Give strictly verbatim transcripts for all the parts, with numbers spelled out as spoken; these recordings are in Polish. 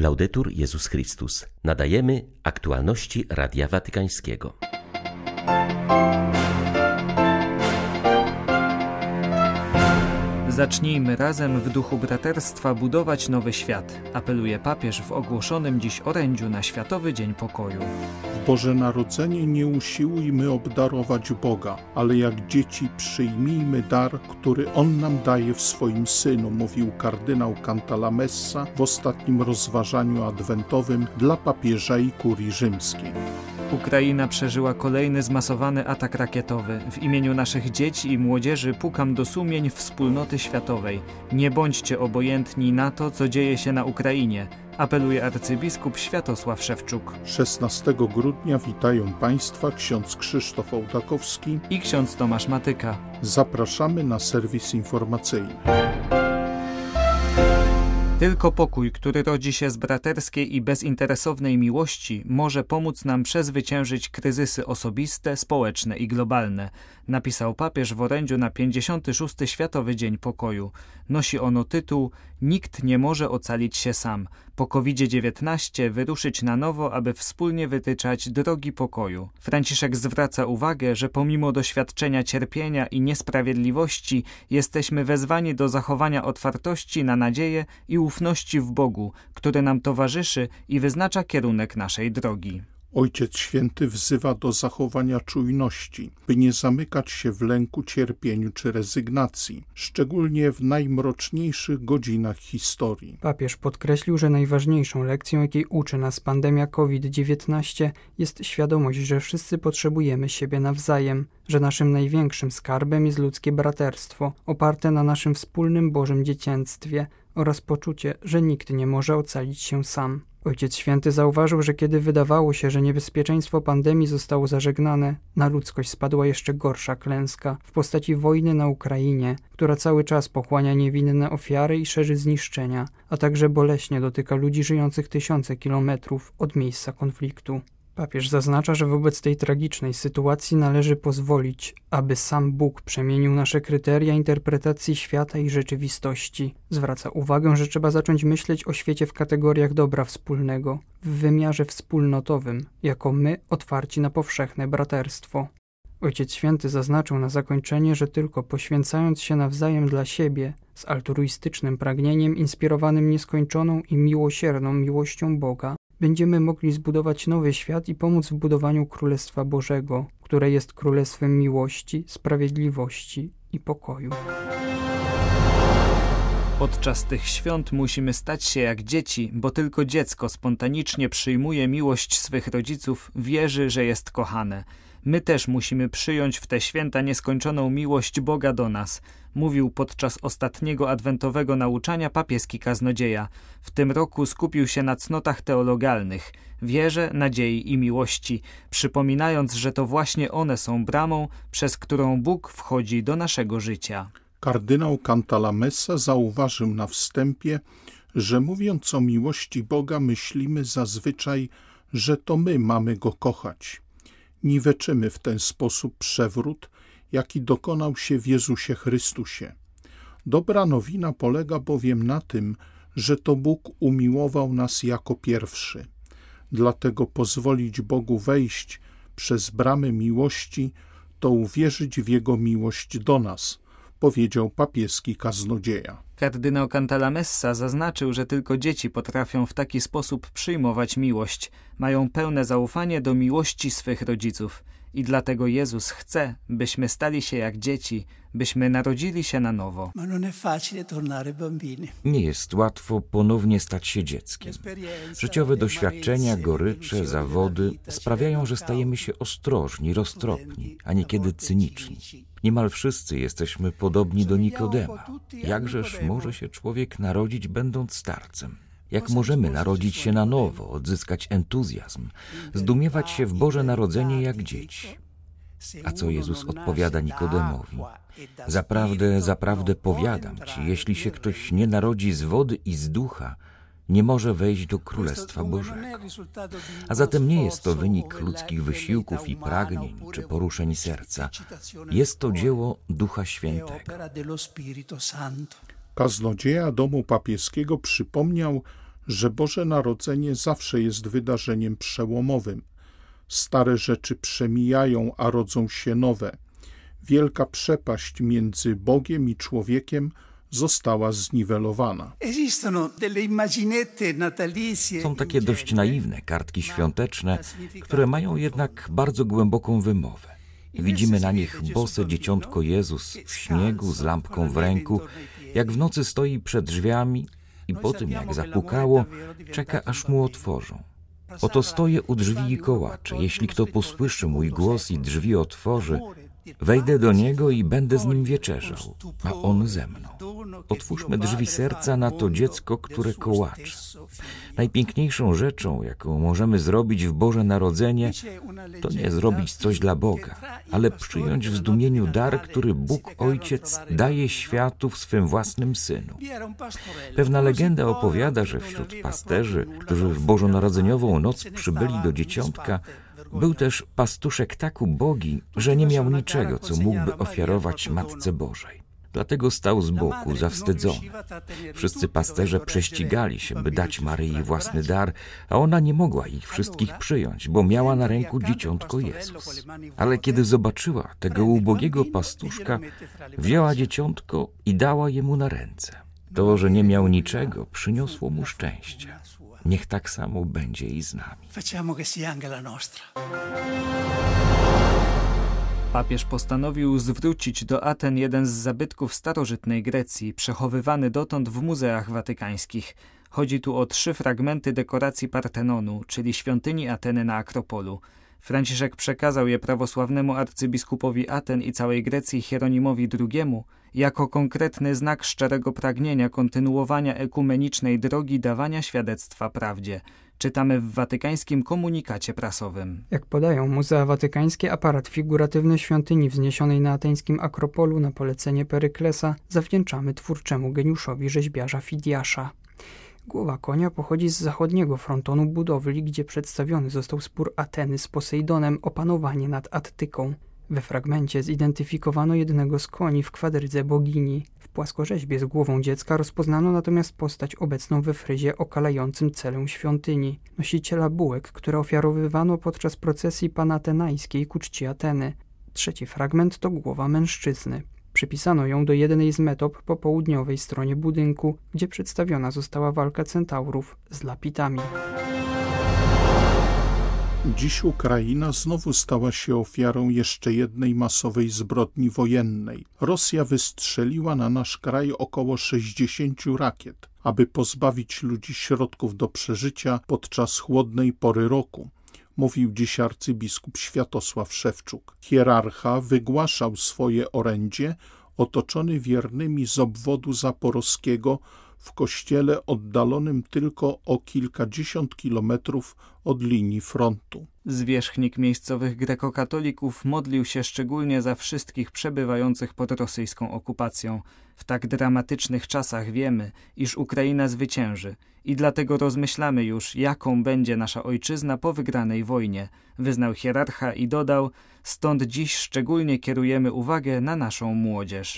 Laudetur Jezus Chrystus. Nadajemy aktualności Radia Watykańskiego. Zacznijmy razem w duchu braterstwa budować nowy świat, apeluje papież w ogłoszonym dziś orędziu na Światowy Dzień Pokoju. W Boże Narodzenie nie usiłujmy obdarować Boga, ale jak dzieci przyjmijmy dar, który On nam daje w swoim Synu, mówił kardynał Cantalamessa w ostatnim rozważaniu adwentowym dla papieża i kurii rzymskiej. Ukraina przeżyła kolejny zmasowany atak rakietowy. W imieniu naszych dzieci i młodzieży pukam do sumień wspólnoty światowej. Nie bądźcie obojętni na to, co dzieje się na Ukrainie, apeluje arcybiskup Światosław Szewczuk. szesnastego grudnia witają Państwa ksiądz Krzysztof Ołtakowski i ksiądz Tomasz Matyka. Zapraszamy na serwis informacyjny. Tylko pokój, który rodzi się z braterskiej i bezinteresownej miłości, może pomóc nam przezwyciężyć kryzysy osobiste, społeczne i globalne, napisał papież w orędziu na pięćdziesiąty szósty Światowy Dzień Pokoju. Nosi ono tytuł „Nikt nie może ocalić się sam. Po kowidzie dziewiętnaście wyruszyć na nowo, aby wspólnie wytyczać drogi pokoju”. Franciszek zwraca uwagę, że pomimo doświadczenia cierpienia i niesprawiedliwości jesteśmy wezwani do zachowania otwartości na nadzieję i ufności w Bogu, który nam towarzyszy i wyznacza kierunek naszej drogi. Ojciec Święty wzywa do zachowania czujności, by nie zamykać się w lęku, cierpieniu czy rezygnacji, szczególnie w najmroczniejszych godzinach historii. Papież podkreślił, że najważniejszą lekcją, jakiej uczy nas pandemia kowid dziewiętnaście, jest świadomość, że wszyscy potrzebujemy siebie nawzajem, że naszym największym skarbem jest ludzkie braterstwo, oparte na naszym wspólnym Bożym dziecięctwie oraz poczucie, że nikt nie może ocalić się sam. Ojciec Święty zauważył, że kiedy wydawało się, że niebezpieczeństwo pandemii zostało zażegnane, na ludzkość spadła jeszcze gorsza klęska w postaci wojny na Ukrainie, która cały czas pochłania niewinne ofiary i szerzy zniszczenia, a także boleśnie dotyka ludzi żyjących tysiące kilometrów od miejsca konfliktu. Papież zaznacza, że wobec tej tragicznej sytuacji należy pozwolić, aby sam Bóg przemienił nasze kryteria interpretacji świata i rzeczywistości. Zwraca uwagę, że trzeba zacząć myśleć o świecie w kategoriach dobra wspólnego, w wymiarze wspólnotowym, jako my otwarci na powszechne braterstwo. Ojciec Święty zaznaczył na zakończenie, że tylko poświęcając się nawzajem dla siebie, z altruistycznym pragnieniem inspirowanym nieskończoną i miłosierną miłością Boga, będziemy mogli zbudować nowy świat i pomóc w budowaniu Królestwa Bożego, które jest królestwem miłości, sprawiedliwości i pokoju. Podczas tych świąt musimy stać się jak dzieci, bo tylko dziecko spontanicznie przyjmuje miłość swych rodziców, wierzy, że jest kochane. My też musimy przyjąć w te święta nieskończoną miłość Boga do nas, mówił podczas ostatniego adwentowego nauczania papieski kaznodzieja. W tym roku skupił się na cnotach teologalnych, wierze, nadziei i miłości, przypominając, że to właśnie one są bramą, przez którą Bóg wchodzi do naszego życia. Kardynał Cantalamessa zauważył na wstępie, że mówiąc o miłości Boga myślimy zazwyczaj, że to my mamy Go kochać. Niweczymy w ten sposób przewrót, jaki dokonał się w Jezusie Chrystusie. Dobra nowina polega bowiem na tym, że to Bóg umiłował nas jako pierwszy. Dlatego pozwolić Bogu wejść przez bramy miłości, to uwierzyć w Jego miłość do nas, powiedział papieski kaznodzieja. Kardynał Cantalamessa zaznaczył, że tylko dzieci potrafią w taki sposób przyjmować miłość, mają pełne zaufanie do miłości swych rodziców i dlatego Jezus chce, byśmy stali się jak dzieci, byśmy narodzili się na nowo. Nie jest łatwo ponownie stać się dzieckiem. Życiowe doświadczenia, gorycze, zawody sprawiają, że stajemy się ostrożni, roztropni, a niekiedy cyniczni. Niemal wszyscy jesteśmy podobni do Nikodema. Jakżeż może się człowiek narodzić, będąc starcem? Jak możemy narodzić się na nowo, odzyskać entuzjazm, zdumiewać się w Boże Narodzenie jak dzieci? A co Jezus odpowiada Nikodemowi? Zaprawdę, zaprawdę powiadam ci, jeśli się ktoś nie narodzi z wody i z ducha, nie może wejść do Królestwa Bożego. A zatem nie jest to wynik ludzkich wysiłków i pragnień, czy poruszeń serca. Jest to dzieło Ducha Świętego. Kaznodzieja domu papieskiego przypomniał, że Boże Narodzenie zawsze jest wydarzeniem przełomowym. Stare rzeczy przemijają, a rodzą się nowe. Wielka przepaść między Bogiem i człowiekiem została zniwelowana. Są takie dość naiwne kartki świąteczne, które mają jednak bardzo głęboką wymowę. Widzimy na nich bose dzieciątko Jezus w śniegu z lampką w ręku, jak w nocy stoi przed drzwiami i po tym, jak zapukało, czeka, aż mu otworzą. Oto stoję u drzwi i kołaczę. Jeśli kto posłyszy mój głos i drzwi otworzy, wejdę do niego i będę z nim wieczerzał, a on ze mną. Otwórzmy drzwi serca na to dziecko, które kołacze. Najpiękniejszą rzeczą, jaką możemy zrobić w Boże Narodzenie, to nie zrobić coś dla Boga, ale przyjąć w zdumieniu dar, który Bóg Ojciec daje światu w swym własnym Synu. Pewna legenda opowiada, że wśród pasterzy, którzy w bożonarodzeniową noc przybyli do dzieciątka, był też pastuszek tak ubogi, że nie miał niczego, co mógłby ofiarować Matce Bożej. Dlatego stał z boku, zawstydzony. Wszyscy pasterze prześcigali się, by dać Maryi własny dar, a ona nie mogła ich wszystkich przyjąć, bo miała na ręku dzieciątko Jezus. Ale kiedy zobaczyła tego ubogiego pastuszka, wzięła dzieciątko i dała jemu na ręce. To, że nie miał niczego, przyniosło mu szczęście. Niech tak samo będzie i z nami. Papież postanowił zwrócić do Aten jeden z zabytków starożytnej Grecji, przechowywany dotąd w muzeach watykańskich. Chodzi tu o trzy fragmenty dekoracji Partenonu, czyli świątyni Ateny na Akropolu. Franciszek przekazał je prawosławnemu arcybiskupowi Aten i całej Grecji Hieronimowi drugiemu jako konkretny znak szczerego pragnienia kontynuowania ekumenicznej drogi dawania świadectwa prawdzie. Czytamy w watykańskim komunikacie prasowym. Jak podają Muzea Watykańskie, aparat figuratywny świątyni wzniesionej na ateńskim Akropolu na polecenie Peryklesa zawdzięczamy twórczemu geniuszowi rzeźbiarza Fidiasza. Głowa konia pochodzi z zachodniego frontonu budowli, gdzie przedstawiony został spór Ateny z Posejdonem o panowanie nad Attyką. We fragmencie zidentyfikowano jednego z koni w kwadrydze bogini. W płaskorzeźbie z głową dziecka rozpoznano natomiast postać obecną we fryzie okalającym celę świątyni, nosiciela bułek, które ofiarowywano podczas procesji panatenajskiej ku czci Ateny. Trzeci fragment to głowa mężczyzny. Przypisano ją do jednej z metop po południowej stronie budynku, gdzie przedstawiona została walka centaurów z lapitami. Dziś Ukraina znowu stała się ofiarą jeszcze jednej masowej zbrodni wojennej. Rosja wystrzeliła na nasz kraj około sześćdziesięciu rakiet, aby pozbawić ludzi środków do przeżycia podczas chłodnej pory roku, mówił dziś arcybiskup Światosław Szewczuk. Hierarcha wygłaszał swoje orędzie otoczony wiernymi z obwodu zaporowskiego w kościele oddalonym tylko o kilkadziesiąt kilometrów od linii frontu. Zwierzchnik miejscowych grekokatolików modlił się szczególnie za wszystkich przebywających pod rosyjską okupacją. W tak dramatycznych czasach wiemy, iż Ukraina zwycięży i dlatego rozmyślamy już, jaką będzie nasza ojczyzna po wygranej wojnie, wyznał hierarcha i dodał: stąd dziś szczególnie kierujemy uwagę na naszą młodzież.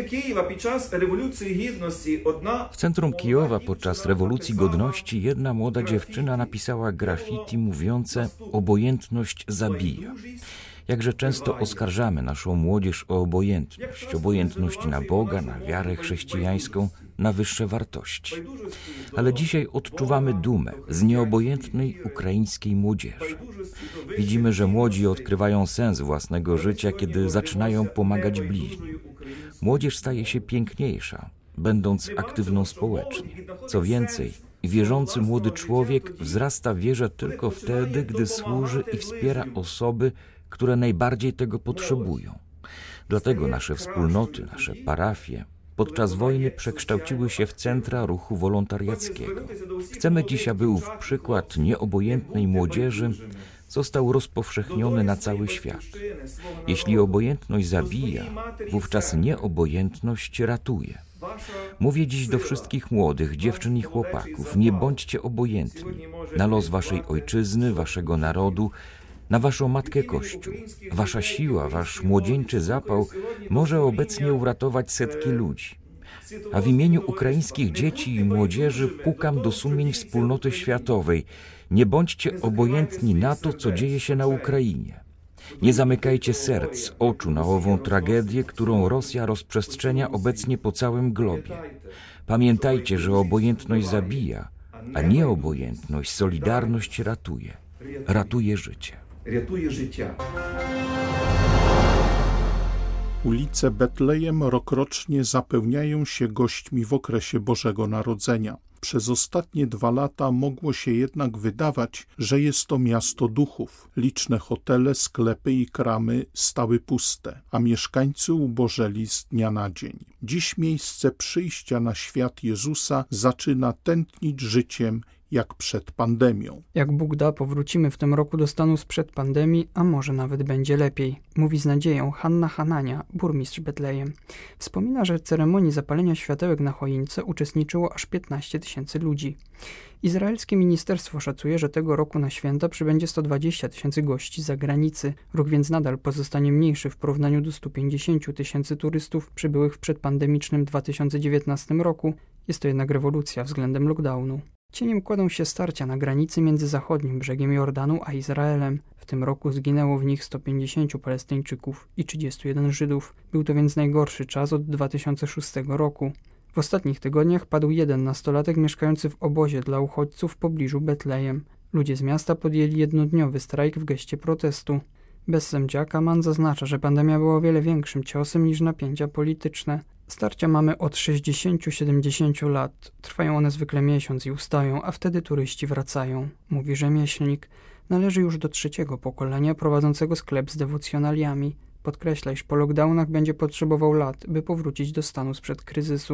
W centrum Kijowa podczas rewolucji godności jedna młoda dziewczyna napisała graffiti mówiące: obojętność zabija. Jakże często oskarżamy naszą młodzież o obojętność, obojętność na Boga, na wiarę chrześcijańską, na wyższe wartości. Ale dzisiaj odczuwamy dumę z nieobojętnej ukraińskiej młodzieży. Widzimy, że młodzi odkrywają sens własnego życia, kiedy zaczynają pomagać bliźnim. Młodzież staje się piękniejsza, będąc aktywną społecznie. Co więcej, wierzący młody człowiek wzrasta w wierze tylko wtedy, gdy służy i wspiera osoby, które najbardziej tego potrzebują. Dlatego nasze wspólnoty, nasze parafie podczas wojny przekształciły się w centra ruchu wolontariackiego. Chcemy dziś, aby ów przykład nieobojętnej młodzieży został rozpowszechniony na cały świat. Jeśli obojętność zabija, wówczas nieobojętność ratuje. Mówię dziś do wszystkich młodych dziewczyn i chłopaków: nie bądźcie obojętni na los waszej ojczyzny, waszego narodu, na waszą Matkę Kościół. Wasza siła, wasz młodzieńczy zapał może obecnie uratować setki ludzi. A w imieniu ukraińskich dzieci i młodzieży pukam do sumień wspólnoty światowej. Nie bądźcie obojętni na to, co dzieje się na Ukrainie. Nie zamykajcie serc, oczu na ową tragedię, którą Rosja rozprzestrzenia obecnie po całym globie. Pamiętajcie, że obojętność zabija, a nieobojętność, solidarność ratuje. Ratuje życie. Ratuje życie. Ulice Betlejem rokrocznie zapełniają się gośćmi w okresie Bożego Narodzenia. Przez ostatnie dwa lata mogło się jednak wydawać, że jest to miasto duchów. Liczne hotele, sklepy i kramy stały puste, a mieszkańcy ubożeli z dnia na dzień. Dziś miejsce przyjścia na świat Jezusa zaczyna tętnić życiem jak przed pandemią. Jak Bóg da, powrócimy w tym roku do stanu sprzed pandemii, a może nawet będzie lepiej, mówi z nadzieją Hanna Hanania, burmistrz Betlejem. Wspomina, że w ceremonii zapalenia światełek na choince uczestniczyło aż piętnaście tysięcy ludzi. Izraelskie ministerstwo szacuje, że tego roku na święta przybędzie sto dwadzieścia tysięcy gości z zagranicy. Ruch więc nadal pozostanie mniejszy w porównaniu do stu pięćdziesięciu tysięcy turystów przybyłych w przedpandemicznym dwa tysiące dziewiętnastym roku. Jest to jednak rewolucja względem lockdownu. Cieniem kładą się starcia na granicy między zachodnim brzegiem Jordanu a Izraelem. W tym roku zginęło w nich sto pięćdziesięciu Palestyńczyków i trzydziestu jeden Żydów. Był to więc najgorszy czas od dwa tysiące szóstego roku. W ostatnich tygodniach padł jeden nastolatek mieszkający w obozie dla uchodźców w pobliżu Betlejem. Ludzie z miasta podjęli jednodniowy strajk w geście protestu. Bessem Jakaman zaznacza, że pandemia była o wiele większym ciosem niż napięcia polityczne. Starcia mamy od sześćdziesięciu do siedemdziesięciu lat. Trwają one zwykle miesiąc i ustają, a wtedy turyści wracają, mówi rzemieślnik. Należy już do trzeciego pokolenia prowadzącego sklep z dewocjonaliami. Podkreśla, iż po lockdownach będzie potrzebował lat, by powrócić do stanu sprzed kryzysu.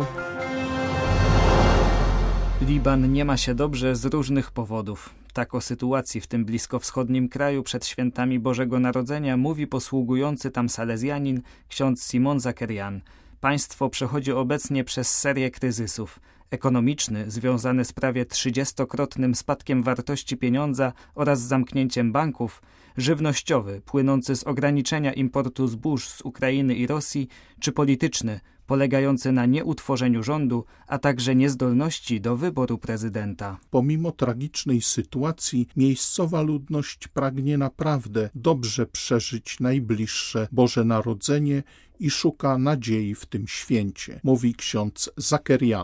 Liban nie ma się dobrze z różnych powodów. Tak o sytuacji w tym bliskowschodnim kraju przed świętami Bożego Narodzenia mówi posługujący tam salezjanin ksiądz Simon Zakerian. Państwo przechodzi obecnie przez serię kryzysów. Ekonomiczny, związany z prawie trzydziestokrotnym spadkiem wartości pieniądza oraz zamknięciem banków, żywnościowy, płynący z ograniczenia importu zbóż z Ukrainy i Rosji, czy polityczny, polegający na nieutworzeniu rządu, a także niezdolności do wyboru prezydenta. Pomimo tragicznej sytuacji, miejscowa ludność pragnie naprawdę dobrze przeżyć najbliższe Boże Narodzenie i szuka nadziei w tym święcie, mówi ksiądz Zakerian.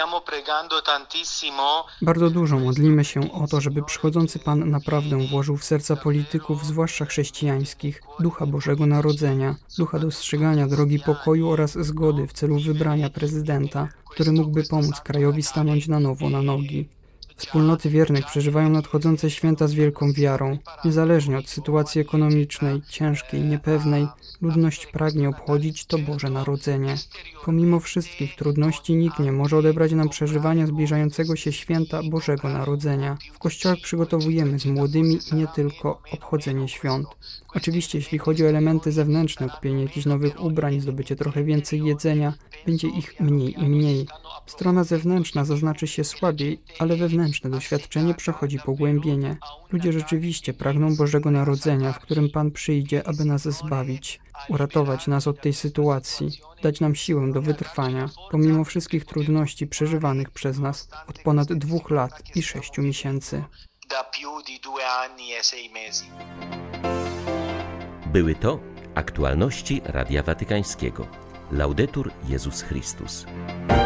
Bardzo dużo modlimy się o to, żeby przychodzący Pan naprawdę włożył w serca polityków, zwłaszcza chrześcijańskich, ducha Bożego Narodzenia, ducha dostrzegania drogi pokoju oraz zgody w celu wybrania prezydenta, który mógłby pomóc krajowi stanąć na nowo na nogi. Wspólnoty wiernych przeżywają nadchodzące święta z wielką wiarą. Niezależnie od sytuacji ekonomicznej, ciężkiej, niepewnej, ludność pragnie obchodzić to Boże Narodzenie. Pomimo wszystkich trudności nikt nie może odebrać nam przeżywania zbliżającego się święta Bożego Narodzenia. W kościołach przygotowujemy z młodymi i nie tylko obchodzenie świąt. Oczywiście, jeśli chodzi o elementy zewnętrzne, kupienie jakichś nowych ubrań, zdobycie trochę więcej jedzenia, będzie ich mniej i mniej. Strona zewnętrzna zaznaczy się słabiej, ale wewnętrzne doświadczenie przechodzi pogłębienie. Ludzie rzeczywiście pragną Bożego Narodzenia, w którym Pan przyjdzie, aby nas zbawić, uratować nas od tej sytuacji, dać nam siłę do wytrwania, pomimo wszystkich trudności przeżywanych przez nas od ponad dwóch lat i sześciu miesięcy. Były to aktualności Radia Watykańskiego. Laudetur Jezus Chrystus.